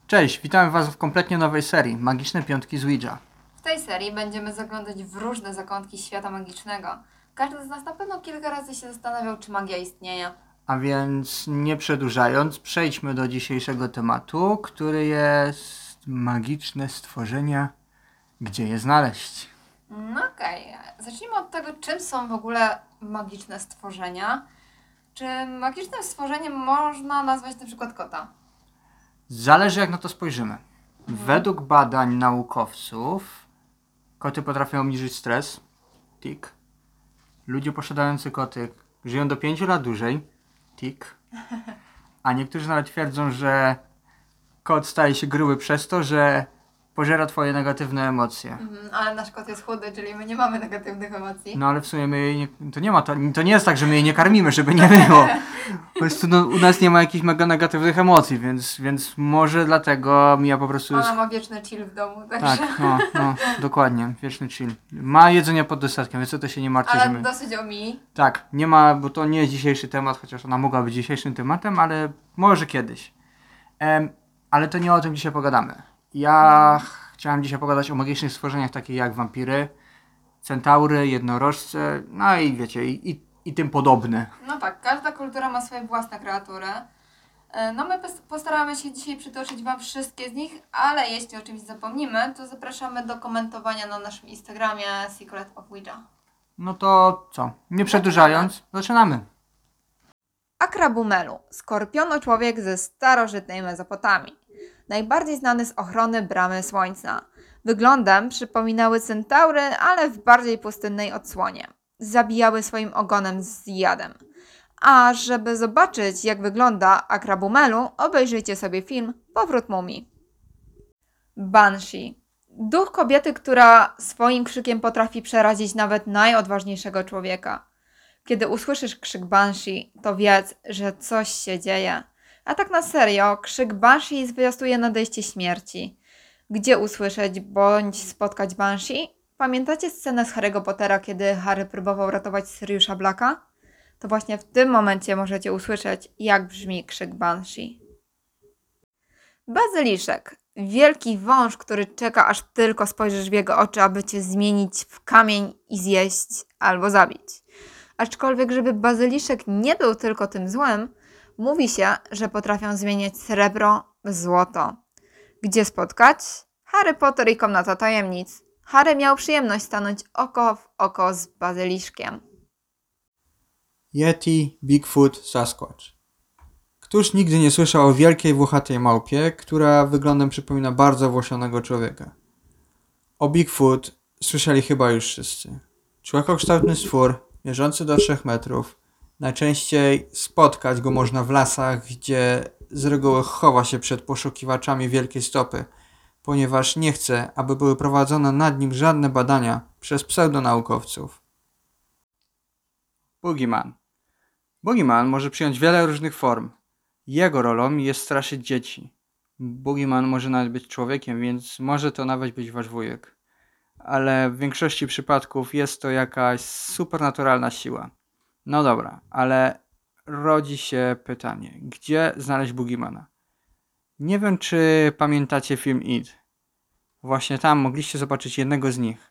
Cześć, witamy Was w kompletnie nowej serii Magiczne Piątki z Ouija. W tej serii będziemy zaglądać w różne zakątki świata magicznego. Każdy z nas na pewno kilka razy się zastanawiał, czy magia istnieje. A więc nie przedłużając, przejdźmy do dzisiejszego tematu, który jest magiczne stworzenia, gdzie je znaleźć. No okej. Zacznijmy od tego, czym są w ogóle magiczne stworzenia. Czy magicznym stworzeniem można nazwać na przykład kota? Zależy jak na to spojrzymy. Według badań naukowców koty potrafią obniżyć stres, tik. Ludzie posiadający koty żyją do 5 lat dłużej, tik. A niektórzy nawet twierdzą, że kot staje się gruby przez to, że pożera twoje negatywne emocje. Ale nasz kot jest chudy, czyli my nie mamy negatywnych emocji. No ale w sumie my jej nie, to nie jest tak, że my jej nie karmimy, żeby nie było. Po prostu u nas nie ma jakichś mega negatywnych emocji, więc może dlatego Mia po prostu jest... Ona ma wieczny chill w domu, także... Tak, no, dokładnie, wieczny chill. Ma jedzenie pod dostatkiem, więc o to się nie martwi, Ale że my... dosyć o mi. Tak, nie ma, bo to nie jest dzisiejszy temat, chociaż ona mogła być dzisiejszym tematem, ale może kiedyś. Ale to nie o tym dzisiaj pogadamy. Ja chciałem dzisiaj pogadać o magicznych stworzeniach takich jak wampiry, centaury, jednorożce, no i wiecie, i tym podobne. No tak, każda kultura ma swoje własne kreatury. No my postaramy się dzisiaj przytoczyć Wam wszystkie z nich, ale jeśli o czymś zapomnimy, to zapraszamy do komentowania na naszym Instagramie Secret of Ouija. No to co? Nie przedłużając, zaczynamy. Akrabumelu, skorpiono-człowiek ze starożytnej Mezopotamii. Najbardziej znany z ochrony Bramy Słońca. Wyglądem przypominały centaury, ale w bardziej pustynnej odsłonie. Zabijały swoim ogonem z jadem. A żeby zobaczyć, jak wygląda Akrabumelu, obejrzyjcie sobie film Powrót mumii. Banshee. Duch kobiety, która swoim krzykiem potrafi przerazić nawet najodważniejszego człowieka. Kiedy usłyszysz krzyk Banshee, to wiedz, że coś się dzieje. A tak na serio, krzyk Banshee zwiastuje nadejście śmierci. Gdzie usłyszeć bądź spotkać Banshee? Pamiętacie scenę z Harry'ego Pottera, kiedy Harry próbował ratować Siriusza Blacka? To właśnie w tym momencie możecie usłyszeć, jak brzmi krzyk Banshee. Bazyliszek. Wielki wąż, który czeka, aż tylko spojrzysz w jego oczy, aby cię zmienić w kamień i zjeść albo zabić. Aczkolwiek, żeby bazyliszek nie był tylko tym złym, mówi się, że potrafią zmieniać srebro w złoto. Gdzie spotkać? Harry Potter i Komnata Tajemnic. Harry miał przyjemność stanąć oko w oko z bazyliszkiem. Yeti, Bigfoot, Sasquatch. Któż nigdy nie słyszał o wielkiej, włochatej małpie, która wyglądem przypomina bardzo włosionego człowieka? O Bigfoot słyszeli chyba już wszyscy. Człowiekokształtny stwór, mierzący do 3 metrów. Najczęściej spotkać go można w lasach, gdzie z reguły chowa się przed poszukiwaczami wielkiej stopy, ponieważ nie chce, aby były prowadzone nad nim żadne badania przez pseudonaukowców. Boogeyman. Boogeyman może przyjąć wiele różnych form. Jego rolą jest straszyć dzieci. Boogeyman może nawet być człowiekiem, więc może to nawet być wasz wujek. Ale w większości przypadków jest to jakaś supernaturalna siła. No dobra, ale rodzi się pytanie, gdzie znaleźć Boogeymana? Nie wiem, czy pamiętacie film It. Właśnie tam mogliście zobaczyć jednego z nich.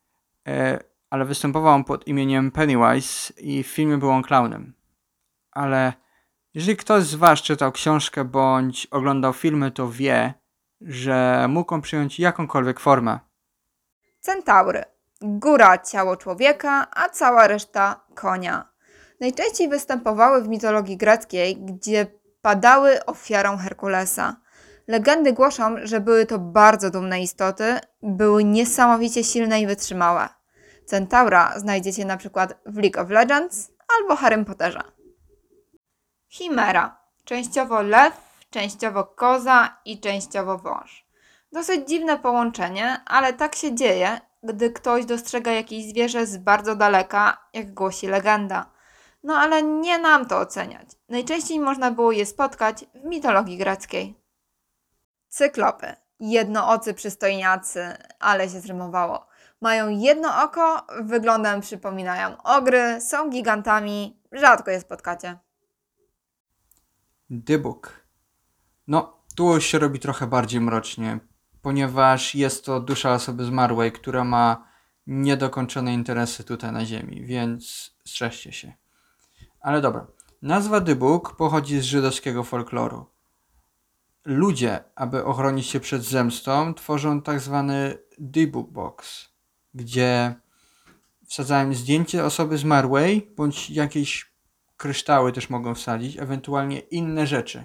Ale występował on pod imieniem Pennywise i w filmie był on klaunem. Ale jeżeli ktoś z was czytał książkę bądź oglądał filmy, to wie, że mógł on przyjąć jakąkolwiek formę. Centaury. Góra ciało człowieka, a cała reszta konia. Najczęściej występowały w mitologii greckiej, gdzie padały ofiarą Herkulesa. Legendy głoszą, że były to bardzo dumne istoty, były niesamowicie silne i wytrzymałe. Centaura znajdziecie na przykład w League of Legends albo Harrym Potterze. Chimera. Częściowo lew, częściowo koza i częściowo wąż. Dosyć dziwne połączenie, ale tak się dzieje, gdy ktoś dostrzega jakieś zwierzę z bardzo daleka, jak głosi legenda. No ale nie nam to oceniać. Najczęściej można było je spotkać w mitologii greckiej. Cyklopy. Jednoocy przystojniacy, ale się zrymowało. Mają jedno oko, wyglądem przypominają ogry, są gigantami, rzadko je spotkacie. Dybuk. No, Tu już się robi trochę bardziej mrocznie, ponieważ jest to dusza osoby zmarłej, która ma niedokończone interesy tutaj na ziemi, więc strzeżcie się. Ale dobra, nazwa Dybuk pochodzi z żydowskiego folkloru. Ludzie, aby ochronić się przed zemstą, tworzą tak zwany Dybuk Box, gdzie wsadzają zdjęcie osoby zmarłej, bądź jakieś kryształy też mogą wsadzić, ewentualnie inne rzeczy.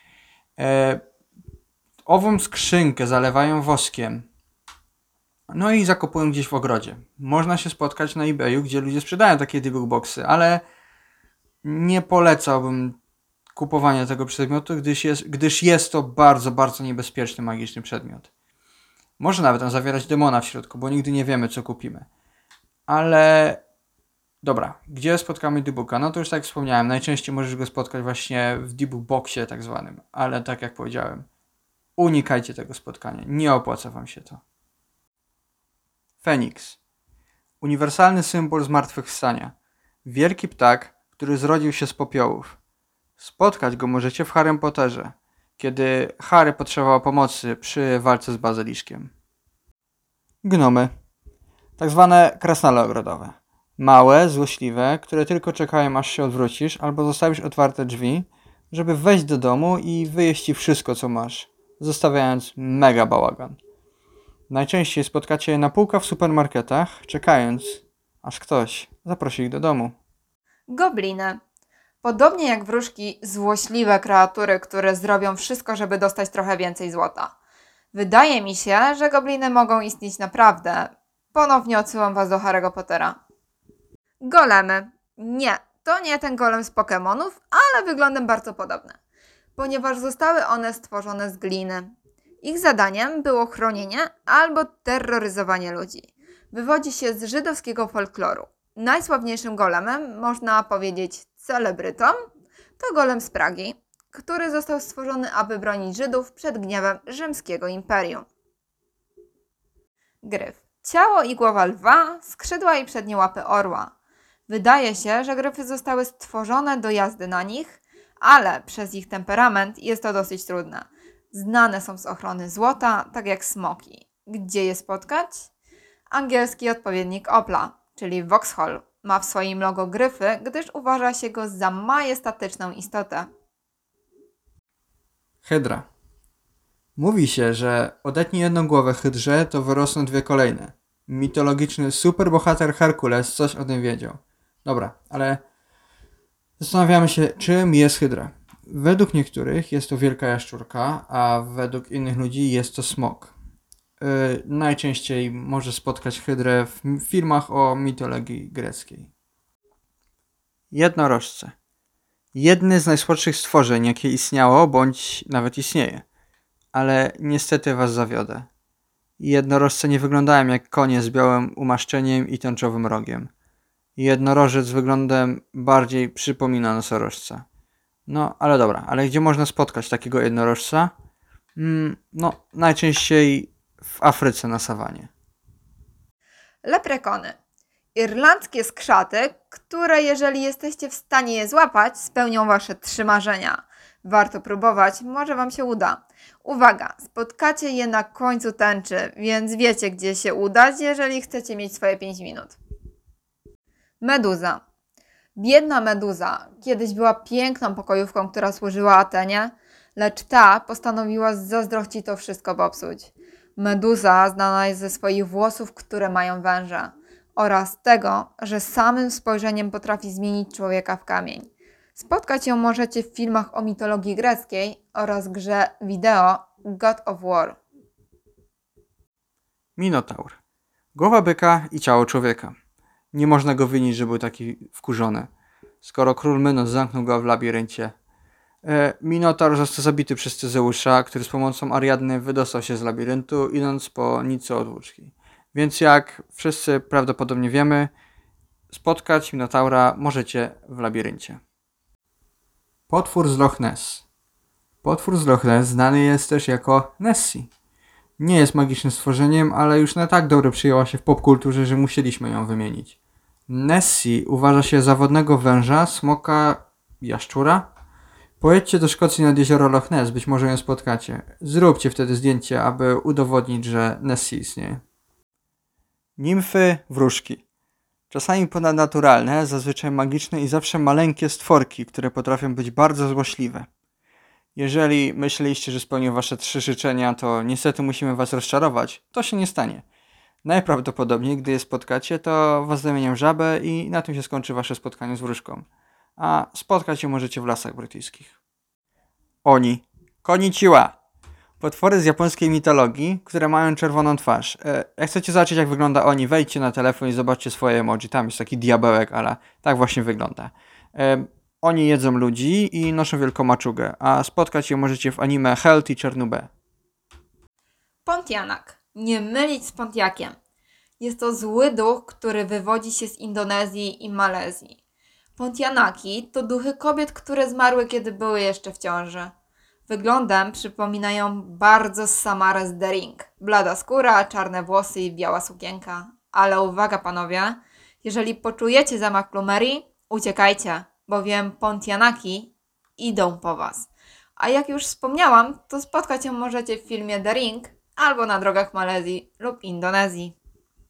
Ową skrzynkę zalewają woskiem, no i zakopują gdzieś w ogrodzie. Można się spotkać na eBayu, gdzie ludzie sprzedają takie Dybuk Boxy, ale nie polecałbym kupowania tego przedmiotu, gdyż jest to bardzo, bardzo niebezpieczny magiczny przedmiot. Może nawet on zawierać demona w środku, bo nigdy nie wiemy, co kupimy. Ale dobra, gdzie spotkamy Dybuka? No to już tak jak wspomniałem, najczęściej możesz go spotkać właśnie w Dybuk Boxie tak zwanym, ale tak jak powiedziałem, unikajcie tego spotkania, nie opłaca wam się to. Feniks. Uniwersalny symbol zmartwychwstania. Wielki ptak, który zrodził się z popiołów. Spotkać go możecie w Harrym Potterze, kiedy Harry potrzebował pomocy przy walce z bazyliszkiem. Gnomy. Tak zwane krasnale ogrodowe. Małe, złośliwe, które tylko czekają aż się odwrócisz albo zostawisz otwarte drzwi, żeby wejść do domu i wyjeść ci wszystko co masz, zostawiając mega bałagan. Najczęściej spotkacie je na półkach w supermarketach, czekając aż ktoś zaprosi ich do domu. Gobliny. Podobnie jak wróżki, złośliwe kreatury, które zrobią wszystko, żeby dostać trochę więcej złota. Wydaje mi się, że gobliny mogą istnieć naprawdę. Ponownie odsyłam was do Harry'ego Pottera. Golemy. Nie, to nie ten golem z Pokemonów, ale wyglądem bardzo podobne, ponieważ zostały one stworzone z gliny. Ich zadaniem było chronienie albo terroryzowanie ludzi. Wywodzi się z żydowskiego folkloru. Najsławniejszym golemem, można powiedzieć celebrytą, to golem z Pragi, który został stworzony, aby bronić Żydów przed gniewem rzymskiego imperium. Gryf. Ciało i głowa lwa, skrzydła i przednie łapy orła. Wydaje się, że gryfy zostały stworzone do jazdy na nich, ale przez ich temperament jest to dosyć trudne. Znane są z ochrony złota, tak jak smoki. Gdzie je spotkać? Angielski odpowiednik Opla, czyli Vauxhall, ma w swoim logo gryfy, gdyż uważa się go za majestatyczną istotę. Hydra. Mówi się, że odetnij jedną głowę hydrze, to wyrosną dwie kolejne. Mitologiczny superbohater Herkules coś o tym wiedział. Dobra, ale zastanawiamy się, czym jest hydra. Według niektórych jest to wielka jaszczurka, a według innych ludzi jest to smok. Najczęściej może spotkać hydrę w filmach o mitologii greckiej. Jednorożce. Jedny z najsłodszych stworzeń, jakie istniało, bądź nawet istnieje. Ale niestety was zawiodę. Jednorożce nie wyglądają jak konie z białym umaszczeniem i tęczowym rogiem. Jednorożec wyglądem bardziej przypomina nosorożca. No, ale dobra, ale gdzie można spotkać takiego jednorożca? No, najczęściej w Afryce na sawanie. Leprekony. Irlandzkie skrzaty, które jeżeli jesteście w stanie je złapać, spełnią wasze 3 marzenia. Warto próbować, może wam się uda. Uwaga, spotkacie je na końcu tęczy, więc wiecie gdzie się udać, jeżeli chcecie mieć swoje 5 minut. Meduza. Biedna Meduza kiedyś była piękną pokojówką, która służyła Atenie, lecz ta postanowiła z zazdrości to wszystko popsuć. Meduza znana jest ze swoich włosów, które mają węże, oraz tego, że samym spojrzeniem potrafi zmienić człowieka w kamień. Spotkać ją możecie w filmach o mitologii greckiej oraz grze wideo God of War. Minotaur. Głowa byka i ciało człowieka. Nie można go winić, że był taki wkurzony, skoro król Mynos zamknął go w labiryncie. Minotaur został zabity przez Tyzeusza, który z pomocą Ariadny wydostał się z labiryntu, idąc po nicy od włóczki. Więc jak wszyscy prawdopodobnie wiemy, spotkać Minotaura możecie w labiryncie. Potwór z Loch Ness. Potwór z Loch Ness znany jest też jako Nessie. Nie jest magicznym stworzeniem, ale już na tak dobrze przyjęła się w popkulturze, że musieliśmy ją wymienić. Nessie uważa się za wodnego węża, smoka, jaszczura, Pojedźcie do Szkocji nad jezioro Loch Ness, być może ją spotkacie. Zróbcie wtedy zdjęcie, aby udowodnić, że Nessie istnieje. Nimfy, wróżki. Czasami ponadnaturalne, zazwyczaj magiczne i zawsze maleńkie stworki, które potrafią być bardzo złośliwe. Jeżeli myśleliście, że spełnię wasze 3 życzenia, to niestety musimy was rozczarować. To się nie stanie. Najprawdopodobniej, gdy je spotkacie, to was zamienią w żabę i na tym się skończy wasze spotkanie z wróżką. A spotkać się możecie w lasach brytyjskich. Oni. Konnichiwa. Potwory z japońskiej mitologii, które mają czerwoną twarz. Jak chcecie zobaczyć, jak wygląda Oni, wejdźcie na telefon i zobaczcie swoje emoji. Tam jest taki diabełek, ale tak właśnie wygląda. Oni jedzą ludzi i noszą wielką maczugę, a spotkać je możecie w anime Hell Teacher Nube. Pontianak. Nie mylić z Pontiakiem. Jest to zły duch, który wywodzi się z Indonezji i Malezji. Pontianaki to duchy kobiet, które zmarły, kiedy były jeszcze w ciąży. Wyglądem przypominają bardzo Samarę z The Ring. Blada skóra, czarne włosy i biała sukienka. Ale uwaga panowie, jeżeli poczujecie zamach plumerii, uciekajcie, bowiem Pontianaki idą po was. A jak już wspomniałam, to spotkać ją możecie w filmie The Ring albo na drogach Malezji lub Indonezji.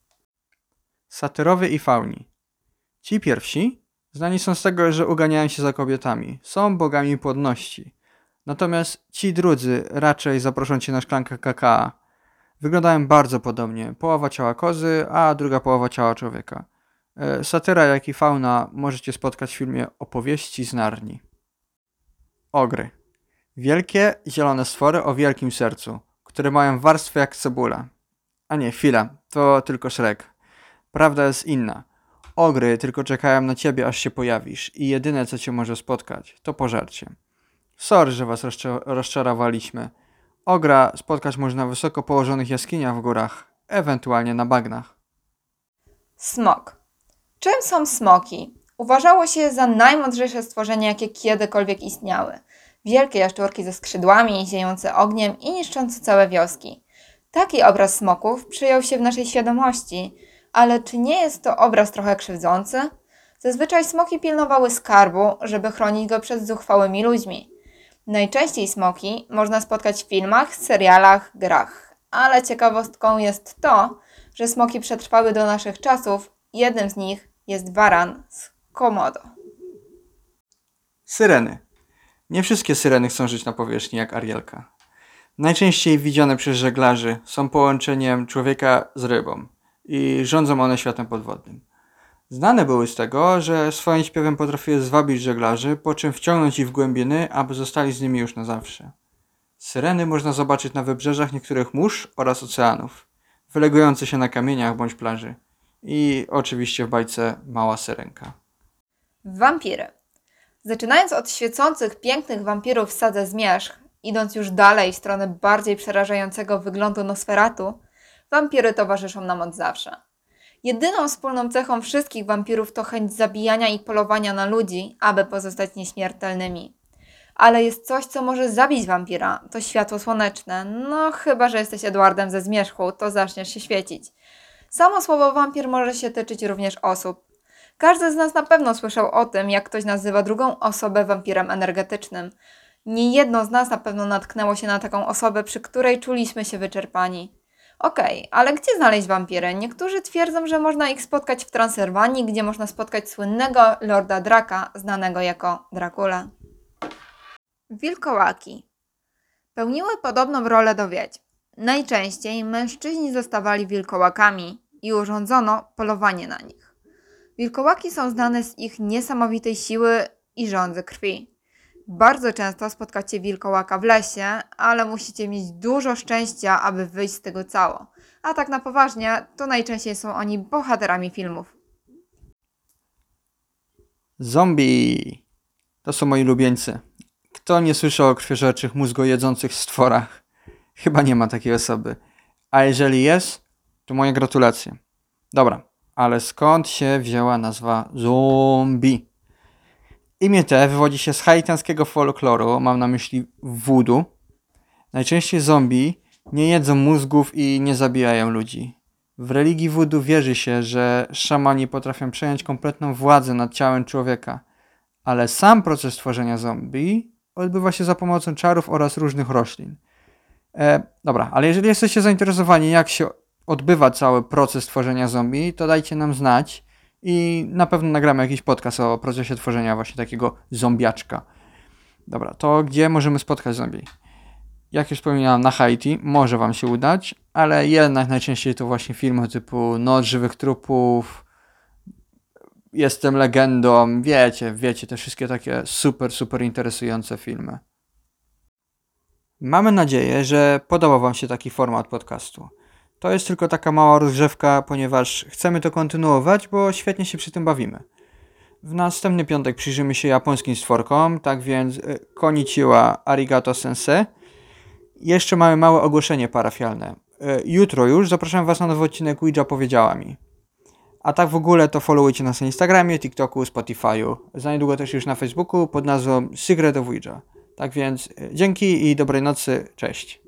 Satyrowie i fauni. Ci pierwsi znani są z tego, że uganiają się za kobietami. Są bogami płodności. Natomiast ci drudzy raczej zaproszą cię na szklankę kakao. Wyglądają bardzo podobnie. Połowa ciała kozy, a druga połowa ciała człowieka. Satyra, jak i fauna możecie spotkać w filmie Opowieści z Narni. Ogry. Wielkie, zielone stwory o wielkim sercu, które mają warstwę jak cebula. A nie, chwila, to tylko Shrek. Prawda jest inna. Ogry tylko czekają na ciebie, aż się pojawisz i jedyne, co cię może spotkać, to pożarcie. Sorry, że was rozczarowaliśmy. Ogra spotkać można w wysoko położonych jaskiniach w górach, ewentualnie na bagnach. Smok. Czym są smoki? Uważało się je za najmądrzejsze stworzenia, jakie kiedykolwiek istniały. Wielkie jaszczurki ze skrzydłami, ziejące ogniem i niszczące całe wioski. Taki obraz smoków przyjął się w naszej świadomości, ale czy nie jest to obraz trochę krzywdzący? Zazwyczaj smoki pilnowały skarbu, żeby chronić go przed zuchwałymi ludźmi. Najczęściej smoki można spotkać w filmach, serialach, grach. Ale ciekawostką jest to, że smoki przetrwały do naszych czasów. Jednym z nich jest waran z Komodo. Syreny. Nie wszystkie syreny chcą żyć na powierzchni jak Arielka. Najczęściej widziane przez żeglarzy są połączeniem człowieka z rybą i rządzą one światem podwodnym. Znane były z tego, że swoim śpiewem potrafiły zwabić żeglarzy, po czym wciągnąć ich w głębiny, aby zostali z nimi już na zawsze. Syreny można zobaczyć na wybrzeżach niektórych mórz oraz oceanów, wylegujące się na kamieniach bądź plaży. I oczywiście w bajce Mała Syrenka. Wampiry. Zaczynając od świecących, pięknych wampirów w sadze Zmierzch, idąc już dalej w stronę bardziej przerażającego wyglądu Nosferatu, wampiry towarzyszą nam od zawsze. Jedyną wspólną cechą wszystkich wampirów to chęć zabijania i polowania na ludzi, aby pozostać nieśmiertelnymi. Ale jest coś, co może zabić wampira, to światło słoneczne. No chyba, że jesteś Edwardem ze Zmierzchu, to zaczniesz się świecić. Samo słowo wampir może się tyczyć również osób. Każdy z nas na pewno słyszał o tym, jak ktoś nazywa drugą osobę wampirem energetycznym. Niejedno z nas na pewno natknęło się na taką osobę, przy której czuliśmy się wyczerpani. Okej, ale gdzie znaleźć wampiry? Niektórzy twierdzą, że można ich spotkać w Transylwanii, gdzie można spotkać słynnego Lorda Draka, znanego jako Dracula. Wilkołaki. Pełniły podobną rolę do wiedźm. Najczęściej mężczyźni zostawali wilkołakami i urządzono polowanie na nich. Wilkołaki są znane z ich niesamowitej siły i żądzy krwi. Bardzo często spotkacie wilkołaka w lesie, ale musicie mieć dużo szczęścia, aby wyjść z tego cało. A tak na poważnie, to najczęściej są oni bohaterami filmów. Zombie! To są moi ulubieńcy. Kto nie słyszał o krwiożerczych, mózgojedzących stworach? Chyba nie ma takiej osoby. A jeżeli jest, to moje gratulacje. Dobra, ale skąd się wzięła nazwa zombie? Imię te wywodzi się z haitańskiego folkloru, mam na myśli voodoo. Najczęściej zombie nie jedzą mózgów i nie zabijają ludzi. W religii voodoo wierzy się, że szamani potrafią przejąć kompletną władzę nad ciałem człowieka, ale sam proces tworzenia zombie odbywa się za pomocą czarów oraz różnych roślin. Dobra, ale jeżeli jesteście zainteresowani, jak się odbywa cały proces tworzenia zombie, to dajcie nam znać i na pewno nagramy jakiś podcast o procesie tworzenia właśnie takiego zombiaczka. Dobra, to gdzie możemy spotkać zombie? Jak już wspominałem, na Haiti może wam się udać, ale jednak najczęściej to właśnie filmy typu Noc żywych trupów, Jestem legendą, wiecie, te wszystkie takie super interesujące filmy. Mamy nadzieję, że podobał wam się taki format podcastu. To jest tylko taka mała rozgrzewka, ponieważ chcemy to kontynuować, bo świetnie się przy tym bawimy. W następny piątek przyjrzymy się japońskim stworkom, tak więc konnichiwa, arigato sensei. Jeszcze mamy małe ogłoszenie parafialne. Jutro już zapraszam was na nowy odcinek Ouija powiedziała mi. A tak w ogóle to followujcie nas na Instagramie, TikToku, Spotify'u. Za niedługo też już na Facebooku pod nazwą Secret of Ouija. Tak więc dzięki i dobrej nocy, cześć.